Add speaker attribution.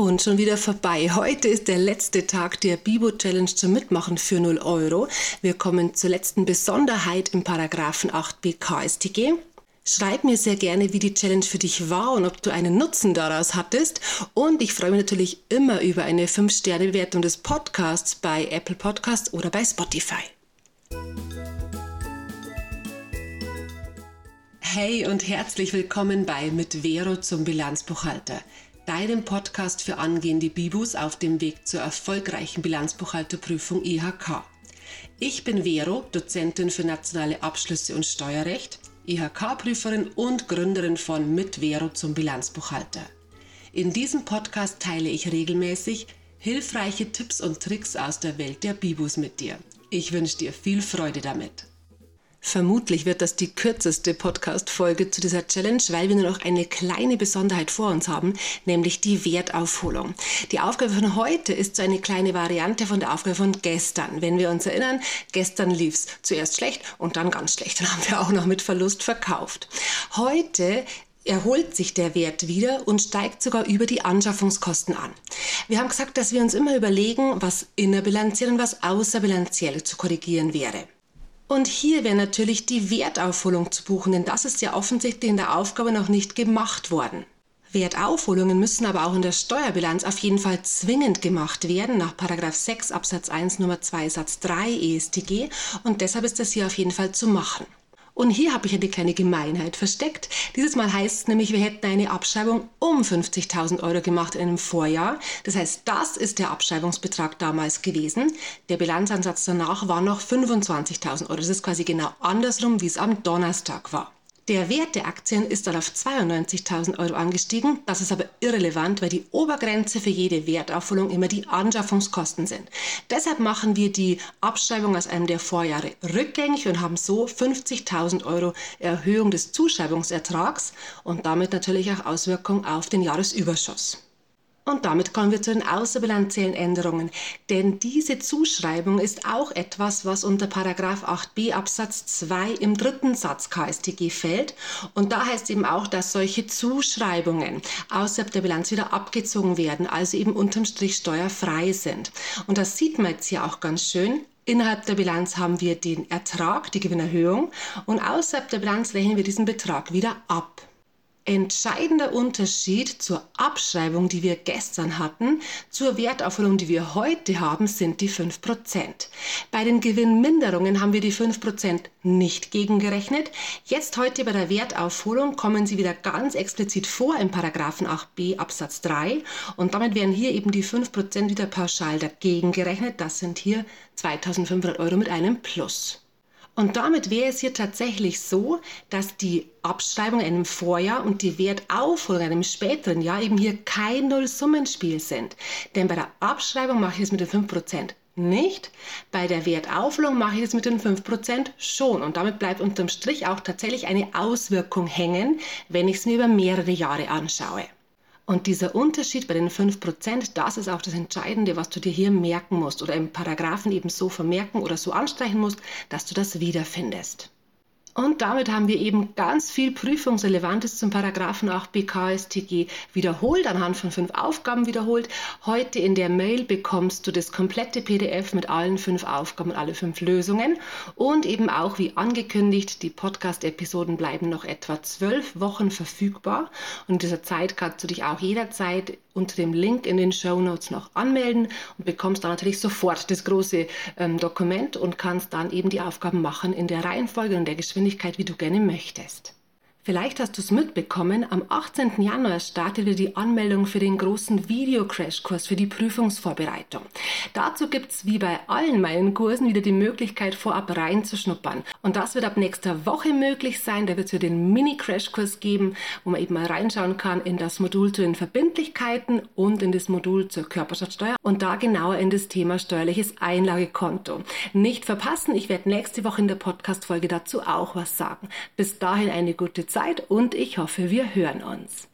Speaker 1: Und schon wieder vorbei. Heute ist der letzte Tag der Bibo-Challenge zum Mitmachen für 0 Euro. Wir kommen zur letzten Besonderheit im Paragraphen 8b KStG. Schreib mir sehr gerne, wie die Challenge für dich war und ob du einen Nutzen daraus hattest. Und ich freue mich natürlich immer über eine 5-Sterne-Bewertung des Podcasts bei Apple Podcasts oder bei Spotify. Hey und herzlich willkommen bei Mit Vero zum Bilanzbuchhalter, deinem Podcast für angehende Bibus auf dem Weg zur erfolgreichen Bilanzbuchhalterprüfung IHK. Ich bin Vero, Dozentin für nationale Abschlüsse und Steuerrecht, IHK-Prüferin und Gründerin von Mit Vero zum Bilanzbuchhalter. In diesem Podcast teile ich regelmäßig hilfreiche Tipps und Tricks aus der Welt der Bibus mit dir. Ich wünsche dir viel Freude damit. Vermutlich wird das die kürzeste Podcast-Folge zu dieser Challenge, weil wir nur noch eine kleine Besonderheit vor uns haben, nämlich die Wertaufholung. Die Aufgabe von heute ist so eine kleine Variante von der Aufgabe von gestern. Wenn wir uns erinnern, gestern lief es zuerst schlecht und dann ganz schlecht. Dann haben wir auch noch mit Verlust verkauft. Heute erholt sich der Wert wieder und steigt sogar über die Anschaffungskosten an. Wir haben gesagt, dass wir uns immer überlegen, was innerbilanziell und was außerbilanziell zu korrigieren wäre. Und hier wäre natürlich die Wertaufholung zu buchen, denn das ist ja offensichtlich in der Aufgabe noch nicht gemacht worden. Wertaufholungen müssen aber auch in der Steuerbilanz auf jeden Fall zwingend gemacht werden, nach § 6 Absatz 1 Nummer 2 Satz 3 EStG, und deshalb ist das hier auf jeden Fall zu machen. Und hier habe ich eine kleine Gemeinheit versteckt. Dieses Mal heißt es nämlich, wir hätten eine Abschreibung um 50.000 Euro gemacht in einem Vorjahr. Das heißt, das ist der Abschreibungsbetrag damals gewesen. Der Bilanzansatz danach war noch 25.000 Euro. Das ist quasi genau andersrum, wie es am Donnerstag war. Der Wert der Aktien ist dann auf 92.000 Euro angestiegen. Das ist aber irrelevant, weil die Obergrenze für jede Wertaufholung immer die Anschaffungskosten sind. Deshalb machen wir die Abschreibung aus einem der Vorjahre rückgängig und haben so 50.000 Euro Erhöhung des Zuschreibungsertrags und damit natürlich auch Auswirkungen auf den Jahresüberschuss. Und damit kommen wir zu den außerbilanziellen Änderungen, denn diese Zuschreibung ist auch etwas, was unter § 8b Absatz 2 im 3. Satz KStG fällt. Und da heißt eben auch, dass solche Zuschreibungen außerhalb der Bilanz wieder abgezogen werden, also eben unterm Strich steuerfrei sind. Und das sieht man jetzt hier auch ganz schön. Innerhalb der Bilanz haben wir den Ertrag, die Gewinnerhöhung, und außerhalb der Bilanz rechnen wir diesen Betrag wieder ab. Entscheidender Unterschied zur Abschreibung, die wir gestern hatten, zur Wertaufholung, die wir heute haben, sind die 5%. Bei den Gewinnminderungen haben wir die 5% nicht gegengerechnet. Jetzt heute bei der Wertaufholung kommen sie wieder ganz explizit vor im Paragraphen 8b Absatz 3 und damit werden hier eben die 5% wieder pauschal dagegen gerechnet. Das sind hier 2.500 Euro mit einem Plus. Und damit wäre es hier tatsächlich so, dass die Abschreibung in einem Vorjahr und die Wertaufholung in einem späteren Jahr eben hier kein Nullsummenspiel sind. Denn bei der Abschreibung mache ich es mit den 5% nicht, bei der Wertaufholung mache ich es mit den 5% schon. Und damit bleibt unterm Strich auch tatsächlich eine Auswirkung hängen, wenn ich es mir über mehrere Jahre anschaue. Und dieser Unterschied bei den 5%, das ist auch das Entscheidende, was du dir hier merken musst oder im Paragraphen eben so vermerken oder so anstreichen musst, dass du das wiederfindest. Und damit haben wir eben ganz viel Prüfungsrelevantes zum Paragraphen 8b KStG wiederholt, anhand von 5 Aufgaben wiederholt. Heute in der Mail bekommst du das komplette PDF mit allen 5 Aufgaben und alle 5 Lösungen. Und eben auch wie angekündigt, die Podcast-Episoden bleiben noch etwa 12 Wochen verfügbar. Und in dieser Zeit kannst du dich auch jederzeit unter dem Link in den Shownotes noch anmelden und bekommst dann natürlich sofort das große Dokument und kannst dann eben die Aufgaben machen in der Reihenfolge und der Geschwindigkeit, wie du gerne möchtest. Vielleicht hast du es mitbekommen, am 18. Januar startet wieder die Anmeldung für den großen Video-Crashkurs für die Prüfungsvorbereitung. Dazu gibt es wie bei allen meinen Kursen wieder die Möglichkeit, vorab reinzuschnuppern. Und das wird ab nächster Woche möglich sein. Da wird es wieder den Mini-Crashkurs geben, wo man eben mal reinschauen kann in das Modul zu den Verbindlichkeiten und in das Modul zur Körperschaftsteuer und da genauer in das Thema steuerliches Einlagekonto. Nicht verpassen, ich werde nächste Woche in der Podcast-Folge dazu auch was sagen. Bis dahin eine gute Zeit und ich hoffe, wir hören uns.